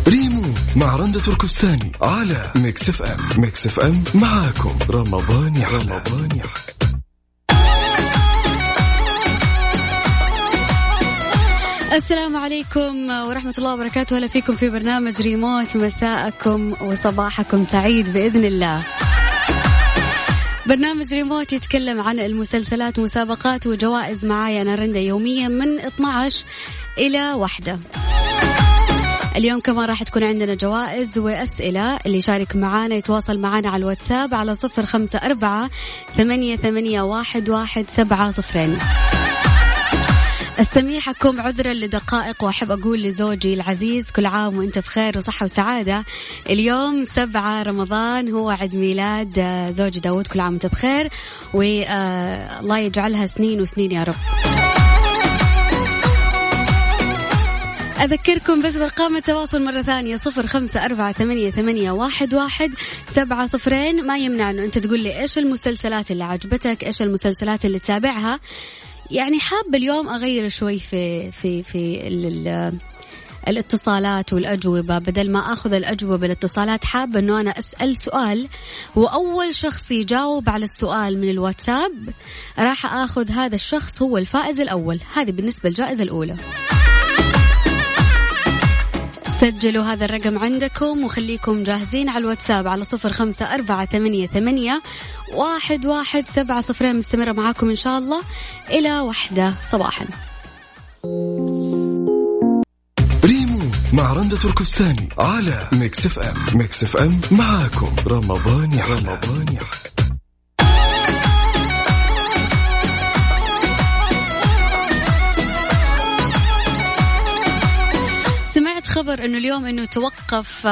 ريمو مع رندة تركستاني على ميكس اف ام. ميكس اف ام معاكم رمضان يحلى. السلام عليكم ورحمة الله وبركاته. هلا فيكم في برنامج ريموت. مساءكم وصباحكم سعيد بإذن الله. برنامج ريموت يتكلم عن المسلسلات، مسابقات وجوائز. معايا أنا رندا يوميا من 12 إلى 1. اليوم كمان راح تكون عندنا جوائز وأسئلة. اللي يشارك معانا يتواصل معانا على الواتساب على 0548811700. استميحكم عذرا لدقائق، وأحب أقول لزوجي العزيز كل عام وأنت بخير وصحة وسعادة. اليوم 7 رمضان هو عيد ميلاد زوجي داود، كل عام وأنت بخير والله يجعلها سنين وسنين يا رب. أذكركم بس بأرقام التواصل مرة ثانية 0548811700. ما يمنع أنه أنت تقول لي إيش المسلسلات اللي عجبتك، إيش المسلسلات اللي تابعها. يعني حاب اليوم أغير شوي في الاتصالات والأجوبة، بدل ما أخذ الأجوبة بالاتصالات حاب أنه أنا أسأل سؤال وأول شخص يجاوب على السؤال من الواتساب راح أخذ هذا الشخص هو الفائز الأول. هذه بالنسبة للجائزة الأولى. سجلوا هذا الرقم عندكم وخليكم جاهزين على الواتساب على 0548811700. مستمرة معاكم إن شاء الله إلى 1 صباحا. ريمو مع رندة تركستاني على ميكس اف ام. ميكس اف ام معاكم رمضان يحلى. خبر انه اليوم انه توقف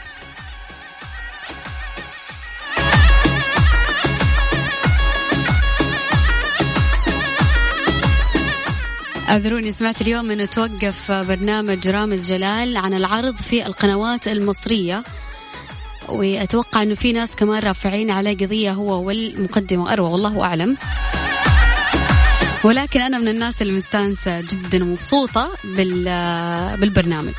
اعذروني، سمعت اليوم انه توقف برنامج رامز جلال عن العرض في القنوات المصرية، واتوقع انه في ناس كمان رافعين على قضية هو والمقدمة أروى، والله اعلم. ولكن انا من الناس اللي مستانسة جدا ومبسوطة بالبرنامج.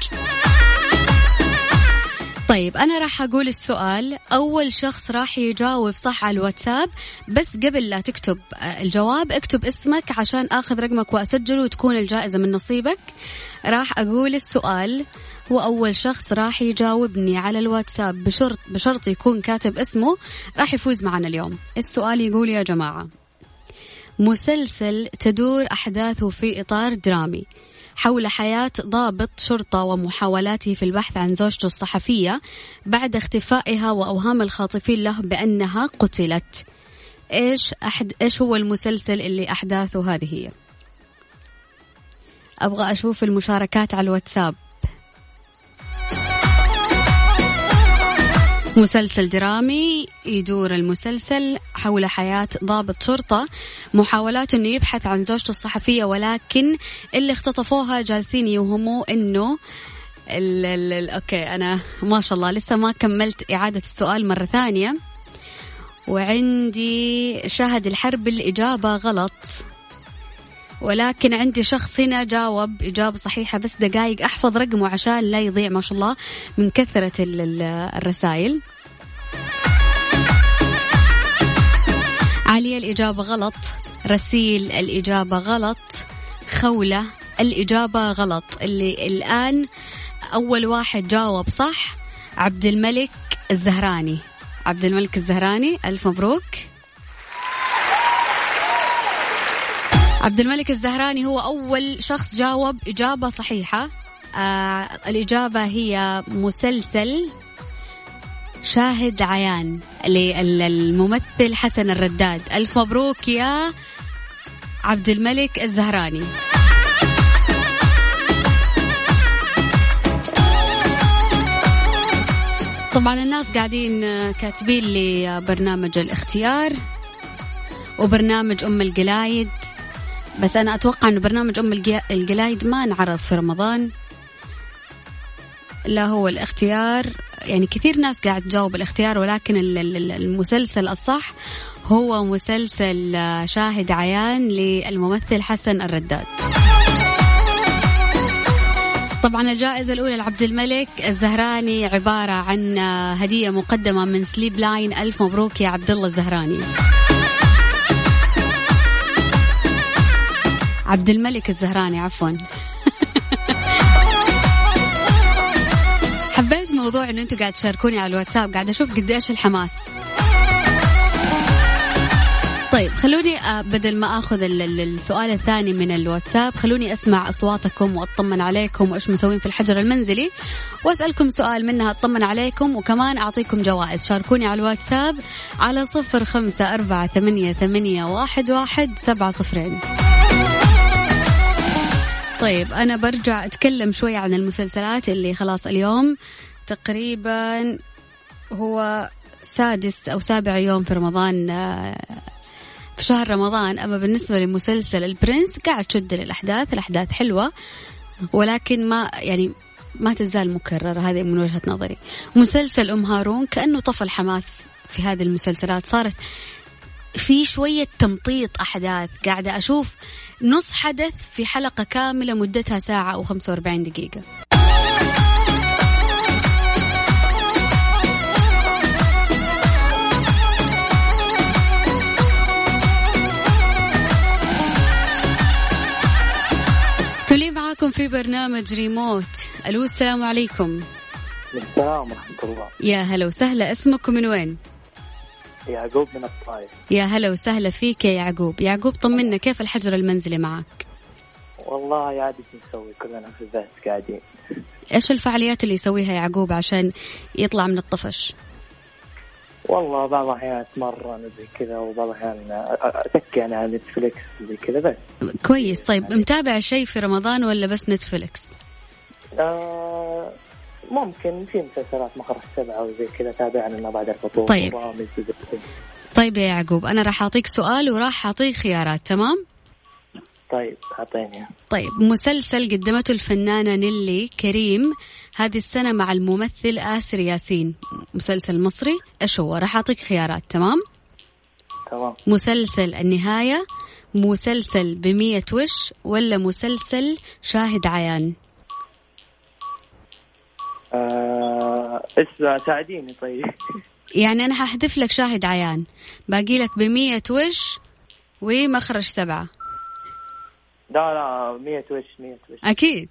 طيب أنا راح أقول السؤال، أول شخص راح يجاوب صح على الواتساب، بس قبل لا تكتب الجواب اكتب اسمك عشان أخذ رقمك وأسجله وتكون الجائزة من نصيبك. راح أقول السؤال وأول شخص راح يجاوبني على الواتساب بشرط يكون كاتب اسمه راح يفوز معنا اليوم. السؤال يقول يا جماعة: مسلسل تدور أحداثه في إطار درامي حول حياة ضابط شرطة ومحاولاته في البحث عن زوجته الصحفية بعد اختفائها وأوهام الخاطفين له بأنها قتلت. إيش هو المسلسل اللي أحداثه هذه هي؟ أبغى أشوف المشاركات على الواتساب. مسلسل درامي يدور المسلسل حول حياة ضابط شرطة محاولات أنه يبحث عن زوجته الصحفية، ولكن اللي اختطفوها جالسين يوهموا أنه أوكي أنا ما شاء الله لسه ما كملت إعادة السؤال مرة ثانية، وعندي شاهد الحرب الإجابة غلط، ولكن عندي شخص هنا جاوب إجابة صحيحة. بس دقايق أحفظ رقمه عشان لا يضيع ما شاء الله من كثرة الرسائل. عليا الإجابة غلط، رسيل الإجابة غلط، خولة الإجابة غلط. اللي الآن أول واحد جاوب صح عبد الملك الزهراني. عبد الملك الزهراني ألف مبروك. عبد الملك الزهراني هو أول شخص جاوب إجابة صحيحة. الإجابة هي مسلسل شاهد عيان للممثل حسن الرداد. ألف مبروك يا عبد الملك الزهراني. طبعا الناس قاعدين كاتبين لي برنامج الاختيار وبرنامج أم القلايد، بس أنا أتوقع أنه برنامج أم القلايد ما نعرض في رمضان، لا هو الاختيار. يعني كثير ناس قاعد تجاوب الاختيار، ولكن المسلسل الصح هو مسلسل شاهد عيان للممثل حسن الرداد. طبعا الجائزة الأولى لعبد الملك الزهراني عبارة عن هدية مقدمة من سليب لاين. ألف مبروك يا عبد الله الزهراني. عبد الملك الزهراني عفوا. حبيت موضوع إنه أنتوا قاعد تشاركوني على الواتساب، قاعد أشوف قديش الحماس. طيب خلوني بدل ما أخذ السؤال الثاني من الواتساب، خلوني أسمع أصواتكم وأطمن عليكم وإيش مسوين في الحجر المنزلي، وأسألكم سؤال منها أطمن عليكم، وكمان أعطيكم جوائز. شاركوني على الواتساب على 0548811700. طيب أنا برجع أتكلم شوي عن المسلسلات اللي خلاص اليوم تقريبا هو 6 أو 7 يوم في رمضان، في شهر رمضان. أما بالنسبة لمسلسل البرنس قاعد تشد الأحداث حلوة، ولكن ما تزال مكررة، هذه من وجهة نظري. مسلسل أم هارون كأنه طفى الحماس في هذه المسلسلات، صارت في شوية تمطيط أحداث، قاعدة أشوف نص حدث في حلقة كاملة مدتها ساعة أو 45 دقيقة. كلي معاكم في برنامج ريموت. ألو السلام عليكم. السلام ورحمة الله. يا هلا وسهلا، اسمكم من وين؟ يعقوب من الطائف. يا هلا وسهلا فيك يا يعقوب. يعقوب طمنا، كيف الحجر المنزلي معك؟ والله عادي نسوي كلنا في البيت قاعدين. إيش الفعاليات اللي يسويها يعقوب عشان يطلع من الطفش؟ والله بعض الأحيان أتمرن زي كذا، وبعض الأحيان أتكي على نتفليكس زي كذا بس. كويس. طيب متابع شيء في رمضان ولا بس نتفليكس؟ ممكن في مسلسلات مخرج 7 وزي كذا تابعنا ما بعد الفطور. طيب يا يعقوب أنا راح أعطيك سؤال وراح أعطيك خيارات، تمام؟ طيب أعطيني. طيب مسلسل قدمته الفنانة نيلي كريم هذه السنة مع الممثل آسر ياسين، مسلسل مصري، إيش هو؟ راح أعطيك خيارات، تمام؟ تمام. مسلسل النهاية، مسلسل ب100 وش، ولا مسلسل شاهد عيان؟ اسمع ساعديني. طيب يعني أنا هحذف لك شاهد عيان، باقي لك ب100 وش ومخرج 7. لا 100 وش. أكيد.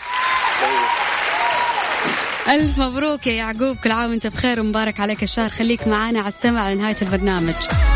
ألف مبروك يا يعقوب، كل عام وانت بخير ومبارك عليك الشهر. خليك معانا على السمع لنهاية البرنامج.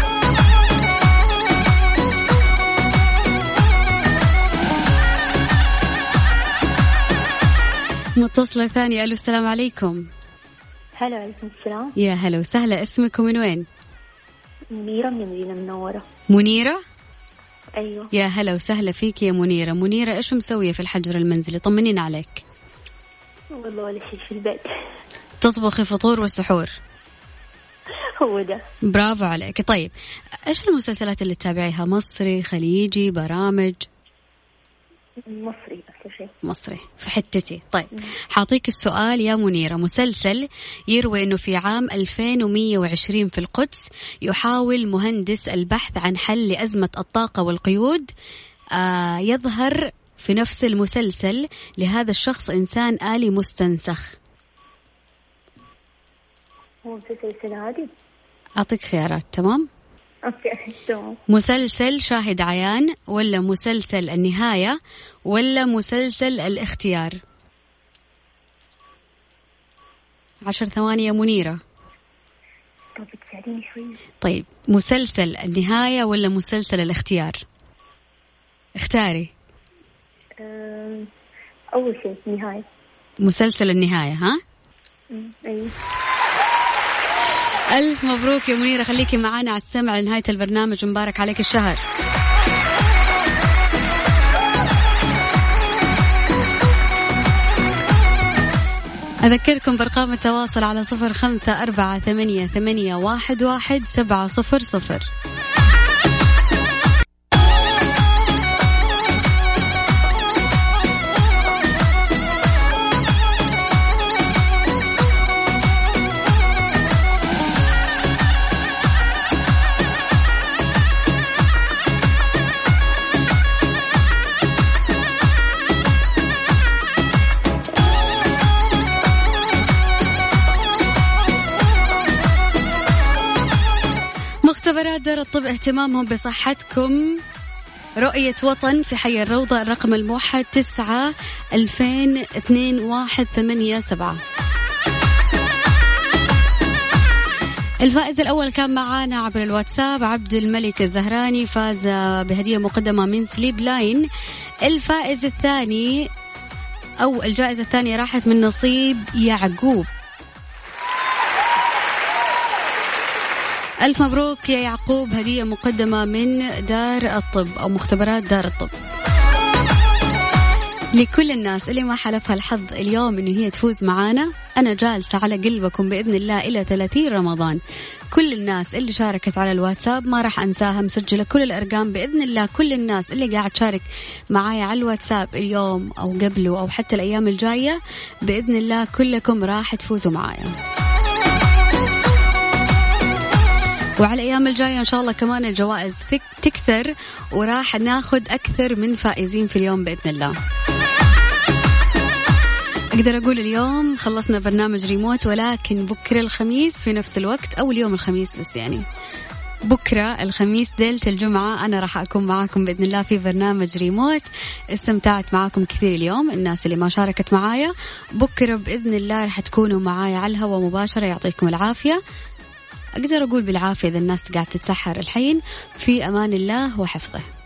متصلة ثانية. ألو السلام عليكم. هلا. عليكم السلام. يا هلا وسهلا، اسمكم من وين؟ منيرة من المدينة المنورة. منيرة؟ أيوة. يا هلا وسهلا فيك يا منيرة. منيرة إيش مسوية في الحجر المنزلي؟ طمنينا عليك. والله ولا شيء في البيت. تطبخي فطور وسحور؟ هو ده. برافو عليك. طيب إيش المسلسلات اللي تتابعيها؟ مصري، خليجي، برامج؟ مصري أكثر شيء. مصري في حتتي. طيب حاعطيك السؤال يا منيرة. مسلسل يروي أنه في عام 2120 في القدس يحاول مهندس البحث عن حل لأزمة الطاقة والقيود. يظهر في نفس المسلسل لهذا الشخص إنسان آلي مستنسخ. هو مسلسل سنة عادي. أعطيك خيارات، تمام؟ أوكي تمام. مسلسل شاهد عيان، ولا مسلسل النهاية، ولا مسلسل الاختيار؟ 10 ثواني يا منيرة. طب تساعديني شوي. طيب مسلسل النهاية ولا مسلسل الاختيار؟ اختاري. أول شيء النهاية. مسلسل النهاية. ها؟ أيوة. ألف مبروك يا منيرة، خليكي معانا على السمع لنهاية البرنامج، مبارك عليك الشهر. أذكركم بأرقام التواصل على 0548811700. مختبرات دار الطب اهتمامهم بصحتكم. رؤية وطن في حي الروضة، الرقم الموحد 9-2002-187. الفائز الأول كان معانا عبر الواتساب عبد الملك الزهراني، فاز بهدية مقدمة من سليب لاين. الفائز الثاني أو الجائزة الثانية راحت من نصيب يعقوب. ألف مبروك يا يعقوب، هدية مقدمة من دار الطب أو مختبرات دار الطب. لكل الناس اللي ما حلفها الحظ اليوم إنه هي تفوز معانا، أنا جالسة على قلبكم بإذن الله إلى 30 رمضان. كل الناس اللي شاركت على الواتساب ما راح أنساها، مسجلة كل الأرقام بإذن الله. كل الناس اللي قاعد تشارك معايا على الواتساب اليوم أو قبله أو حتى الأيام الجاية بإذن الله كلكم راح تفوزوا معايا. وعلى الأيام الجاية إن شاء الله كمان الجوائز تكثر وراح ناخد أكثر من فائزين في اليوم بإذن الله. أقدر أقول اليوم خلصنا برنامج ريموت، ولكن بكرة الخميس في نفس الوقت أو اليوم الخميس بس يعني بكرة الخميس ليلة الجمعة أنا راح أكون معاكم بإذن الله في برنامج ريموت. استمتعت معاكم كثير اليوم. الناس اللي ما شاركت معايا بكرة بإذن الله راح تكونوا معايا على الهواء مباشرة. يعطيكم العافية. أقدر أقول بالعافية إذا الناس قاعدة تتسحر الحين. في أمان الله وحفظه.